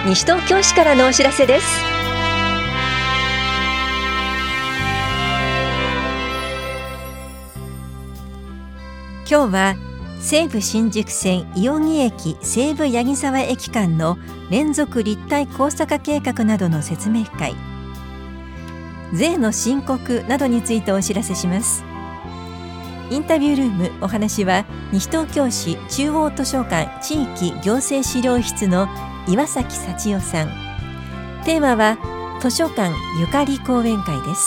西東京市からのお知らせです。今日は西武新宿線井荻駅西武八木沢駅間の連続立体交差化計画などの説明会、税の申告などについてお知らせします。インタビュールーム、お話は西東京市中央図書館地域行政資料室の岩崎幸代さん。テーマは図書館ゆかり講演会です。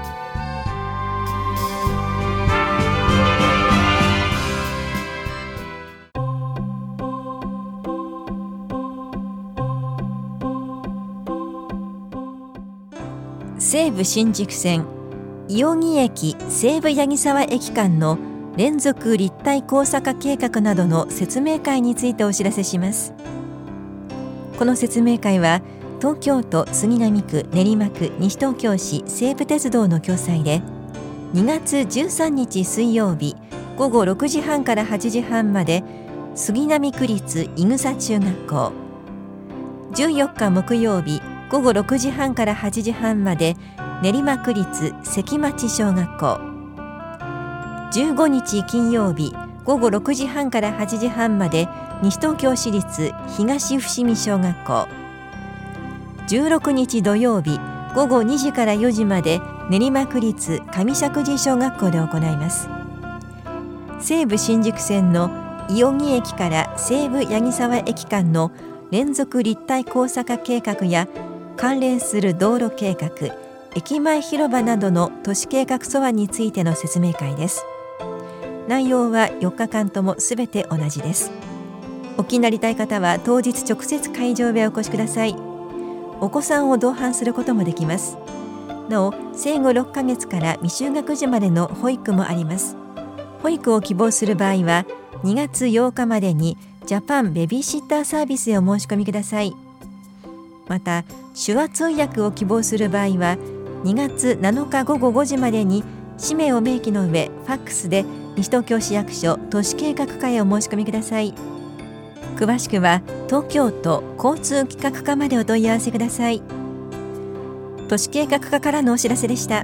西武新宿線井荻駅西武八木沢駅間の連続立体交差化計画などの説明会についてお知らせします。この説明会は東京都杉並区練馬区西東京市西武鉄道の共催で、2月13日水曜日午後6時半から8時半まで杉並区立伊草中学校、14日木曜日午後6時半から8時半まで練馬区立関町小学校、15日金曜日午後6時半から8時半まで西東京市立東伏見小学校、16日土曜日午後2時から4時まで練馬区立上石神小学校で行います。西武新宿線の井荻駅から西武八木沢駅間の連続立体交差化計画や関連する道路計画、駅前広場などの都市計画素案についての説明会です。内容は4日間ともすべて同じです。お気になりたい方は当日直接会場へお越しください。お子さんを同伴することもできます。なお、生後6ヶ月から未就学児までの保育もあります。保育を希望する場合は2月8日までにジャパンベビーシッターサービスへお申し込みください。また、手話通訳を希望する場合は2月7日午後5時までに氏名を明記の上ファックスで西東京市役所都市計画課へお申し込みください。詳しくは東京都交通企画課までお問い合わせください。都市計画課からのお知らせでした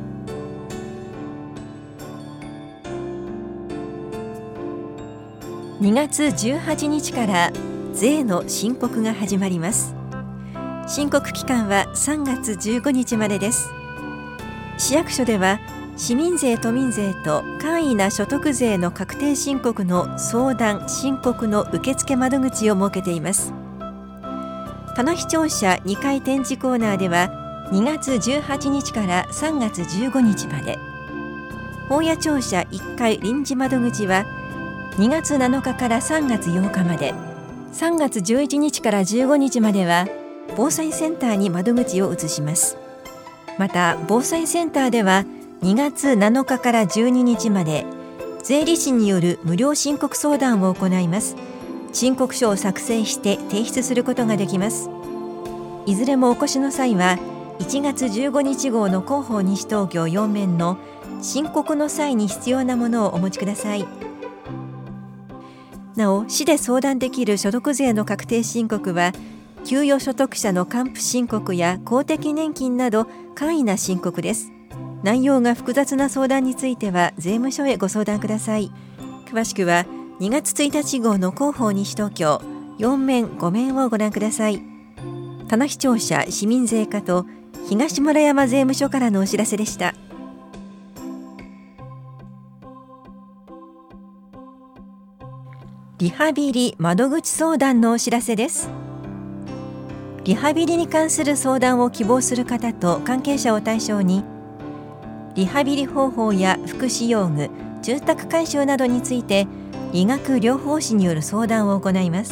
。2月18日から税の申告が始まります。申告期間は3月15日までです。市役所では市民税・都民税と簡易な所得税の確定申告の相談・申告の受付窓口を設けています。棚視聴者2階展示コーナーでは2月18日から3月15日まで、本屋庁舎1階臨時窓口は2月7日から3月8日まで、3月11日から15日までは防災センターに窓口を移します。また、防災センターでは2月7日から12日まで税理士による無料申告相談を行います。申告書を作成して提出することができます。いずれもお越しの際は1月15日号の広報西東京4面の申告の際に必要なものをお持ちください。なお、市で相談できる所得税の確定申告は給与所得者の還付申告や公的年金など簡易な申告です。内容が複雑な相談については税務署へご相談ください。詳しくは2月1日号の広報西東京4面5面をご覧ください。棚視聴者市民税課と東村山税務署からのお知らせでした。リハビリ窓口相談のお知らせです。リハビリに関する相談を希望する方と関係者を対象に、リハビリ方法や福祉用具、住宅改修などについて理学療法士による相談を行います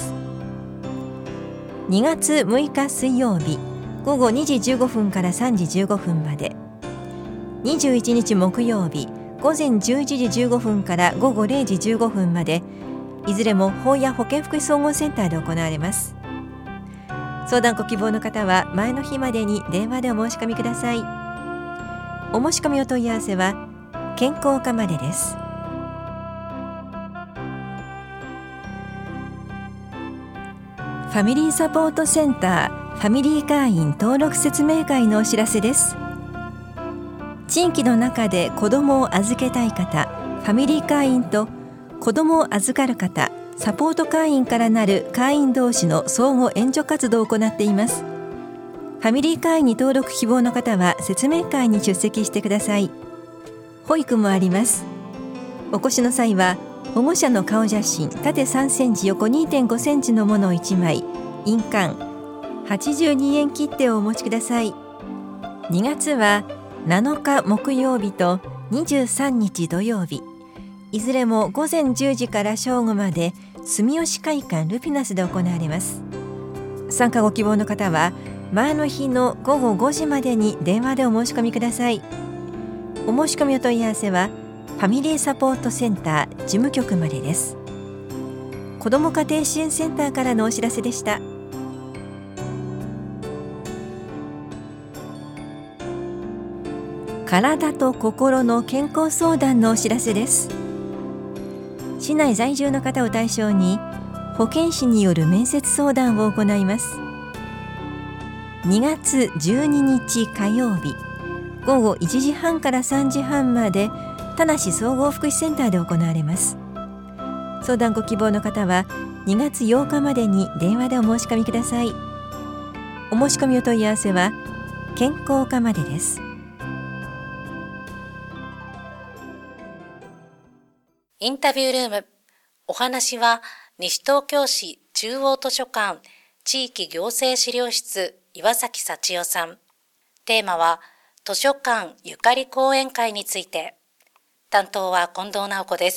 。2月6日水曜日午後2時15分から3時15分まで、21日木曜日午前11時15分から午後0時15分まで、いずれも法や保健福祉総合センターで行われます。相談ご希望の方は前の日までに電話でお申し込みください。お申し込みお問い合わせは健康課までです。ファミリーサポートセンターファミリー会員登録説明会のお知らせです。地域の中で子どもを預けたい方、ファミリー会員と子どもを預かる方、サポート会員からなる会員同士の相互援助活動を行っています。ファミリー会員に登録希望の方は説明会に出席してください。保育もあります。お越しの際は保護者の顔写真、縦3センチ横 2.5 センチのものを1枚、印鑑82円切手をお持ちください。2月は7日木曜日と23日土曜日、いずれも午前10時から正午まで住吉会館ルピナスで行われます。参加ご希望の方は前の日の午後5時までに電話でお申し込みください。お申し込みお問い合わせはファミリーサポートセンター事務局までです。子ども家庭支援センターからのお知らせでした。体と心の健康相談のお知らせです。市内在住の方を対象に保健師による面接相談を行います。2月12日火曜日午後1時半から3時半まで田梨総合福祉センターで行われます。相談ご希望の方は2月8日までに電話でお申し込みください。お申し込みお問い合わせは健康課までです。 インタビュールーム。お話は西東京市中央図書館地域行政資料室岩崎幸代さん。テーマは図書館ゆかり講演会について。担当は近藤直子です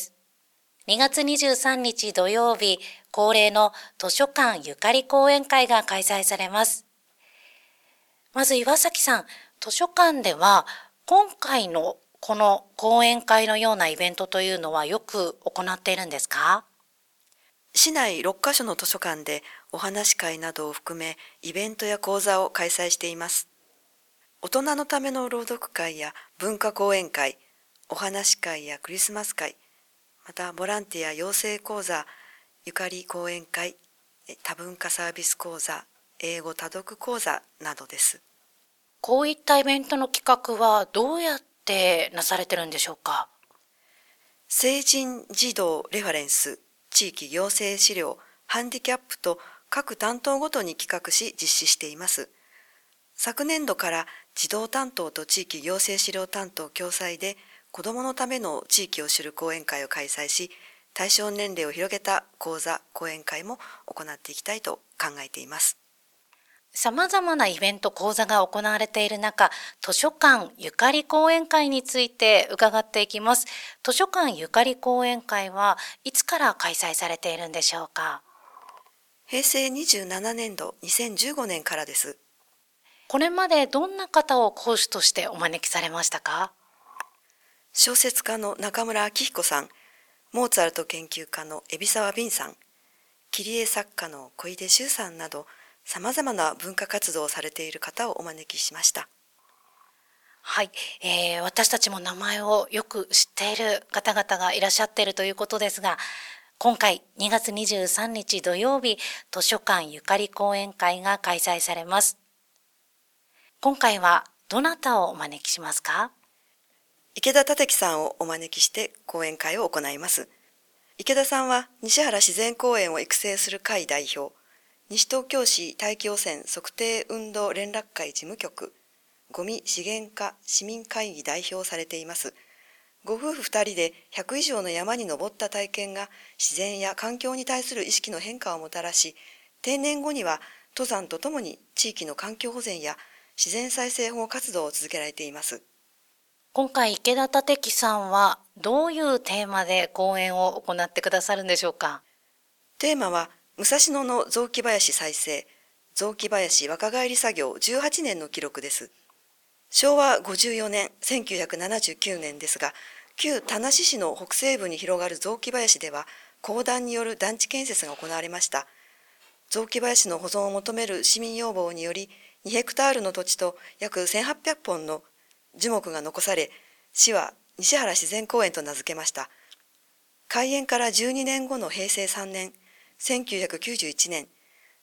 。2月23日土曜日、恒例の図書館ゆかり講演会が開催されます。まず岩崎さん、図書館では今回のこの講演会のようなイベントというのはよく行っているんですか？ 市内6カ所の図書館でお話会などを含めイベントや講座を開催しています。大人のための朗読会や文化講演会、お話会やクリスマス会、またボランティア養成講座、ゆかり講演会、多文化サービス講座、英語多読講座などです。 こういったイベントの企画はどうやってなされてるんでしょうか？ 成人児童レファレンス、地域行政資料、ハンディキャップと各担当ごとに企画し実施しています。昨年度から児童担当と地域行政資料担当共催で子どものための地域を知る講演会を開催し、対象年齢を広げた講座・講演会も行っていきたいと考えています。 さまざまなイベント講座が行われている中、図書館ゆかり講演会について伺っていきます。図書館ゆかり講演会はいつから開催されているんでしょうか？ 平成27年度2015年からです。 これまでどんな方を講師としてお招きされましたか？ 小説家の中村明彦さん、モーツァルト研究家の海老沢敏さん、切り絵作家の小出修さんなど、さまざまな文化活動をされている方をお招きしました。 はい、私たちも名前をよく知っている方々がいらっしゃっているということですが、今回2月23日土曜日、図書館ゆかり講演会が開催されます。今回はどなたをお招きしますか？ 池田立樹さんをお招きして講演会を行います。池田さんは西原自然公園を育成する会代表、西東京市大気汚染測定運動連絡会事務局、ゴミ資源課市民会議代表をされています。ご夫婦2人で100以上の山に登った体験が自然や環境に対する意識の変化をもたらし、定年後には登山とともに地域の環境保全や自然再生保護活動を続けられています。 今回池田立樹さんはどういうテーマで講演を行ってくださるんでしょうか？ テーマは武蔵野の雑木林再生、雑木林若返り作業18年の記録です。昭和54年、1979年ですが、旧田無市の北西部に広がる雑木林では、公団による団地建設が行われました。雑木林の保存を求める市民要望により、2ヘクタールの土地と約1800本の樹木が残され、市は西原自然公園と名付けました。開園から12年後の平成3年、1991年、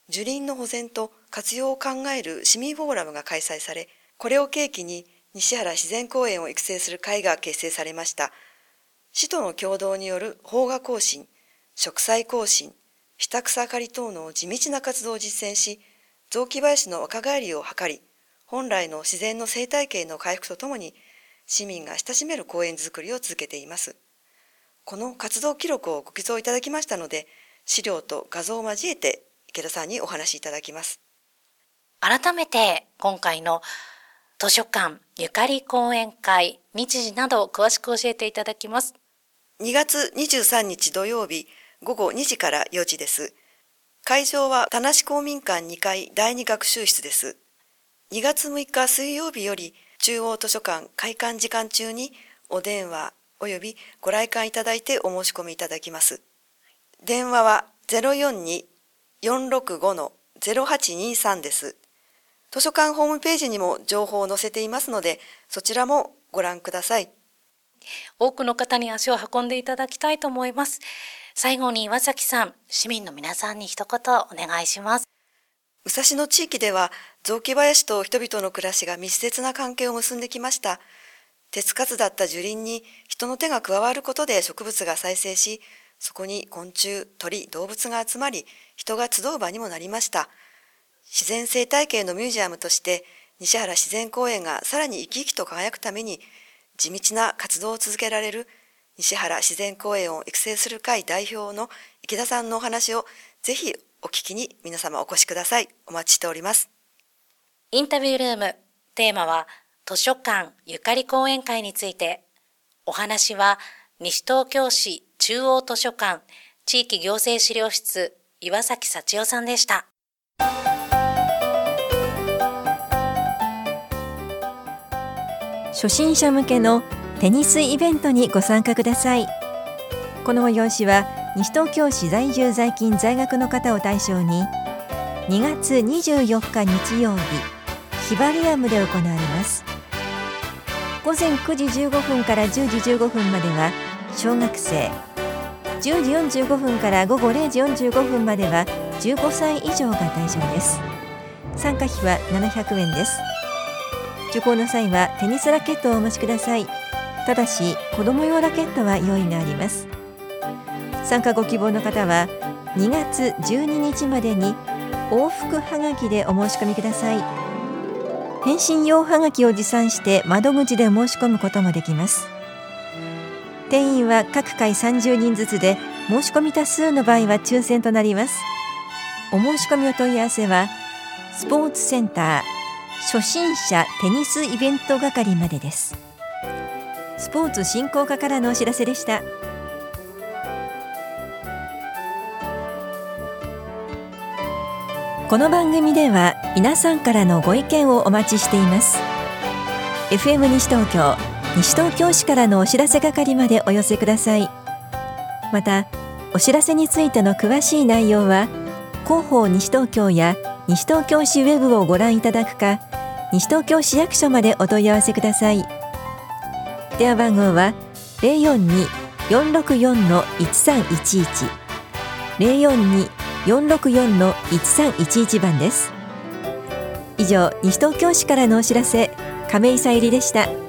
樹林の保全と活用を考える市民フォーラムが開催され、これを契機に西原自然公園を育成する会が結成されました。市との共同による萌芽更新、植栽更新、下草刈り等の地道な活動を実践し、雑木林の若返りを図り、本来の自然の生態系の回復とともに、市民が親しめる公園づくりを続けています。この活動記録をご寄贈いただきましたので、資料と画像を交えて池田さんにお話しいただきます。 改めて今回の図書館ゆかり講演会、日時など詳しく教えていただきます。 2月23日土曜日午後2時から4時です。会場は田無公民館2階第2学習室です。2月6日水曜日より中央図書館開館時間中にお電話およびご来館いただいてお申し込みいただきます。電話は 042-465-0823 です。図書館ホームページにも情報を載せていますので、そちらもご覧ください。 多くの方に足を運んでいただきたいと思います。最後に岩崎さん、市民の皆さんに一言お願いします。 武蔵野地域では雑木林と人々の暮らしが密接な関係を結んできました。手つかずだった樹林に人の手が加わることで植物が再生し、そこに昆虫、鳥、動物が集まり、人が集う場にもなりました。自然生態系のミュージアムとして西原自然公園がさらに生き生きと輝くために地道な活動を続けられる西原自然公園を育成する会代表の池田さんのお話をぜひお聞きに皆様お越しください。お待ちしております。 インタビュールーム、テーマは図書館ゆかり講演会について。お話は西東京市中央図書館地域行政資料室岩崎幸代さんでした。 初心者向けのテニスイベントにご参加ください。この催しは西東京市在住在勤在学の方を対象に2月24日日曜日ヒバリアムで行われます。午前9時15分から10時15分までは小学生、10時45分から午後0時45分までは15歳以上が対象です。参加費は700円です。受講の際はテニスラケットをお持ちください。ただし子供用ラケットは用意があります。参加ご希望の方は2月12日までに往復はがきでお申し込みください。返信用はがきを持参して窓口で申し込むこともできます。定員は各回30人ずつで、申し込み多数の場合は抽選となります。お申し込みお問い合わせはスポーツセンター初心者テニスイベント係までです。スポーツ振興課からのお知らせでした。この番組では皆さんからのご意見をお待ちしています。 FM 西東京西東京市からのお知らせ係までお寄せください。またお知らせについての詳しい内容は広報西東京や西東京市ウェブをご覧いただくか、西東京市役所までお問い合わせください。電話番号は 042-464-1311 042-464-1311 番です。以上、西東京市からのお知らせ、亀井さゆりでした。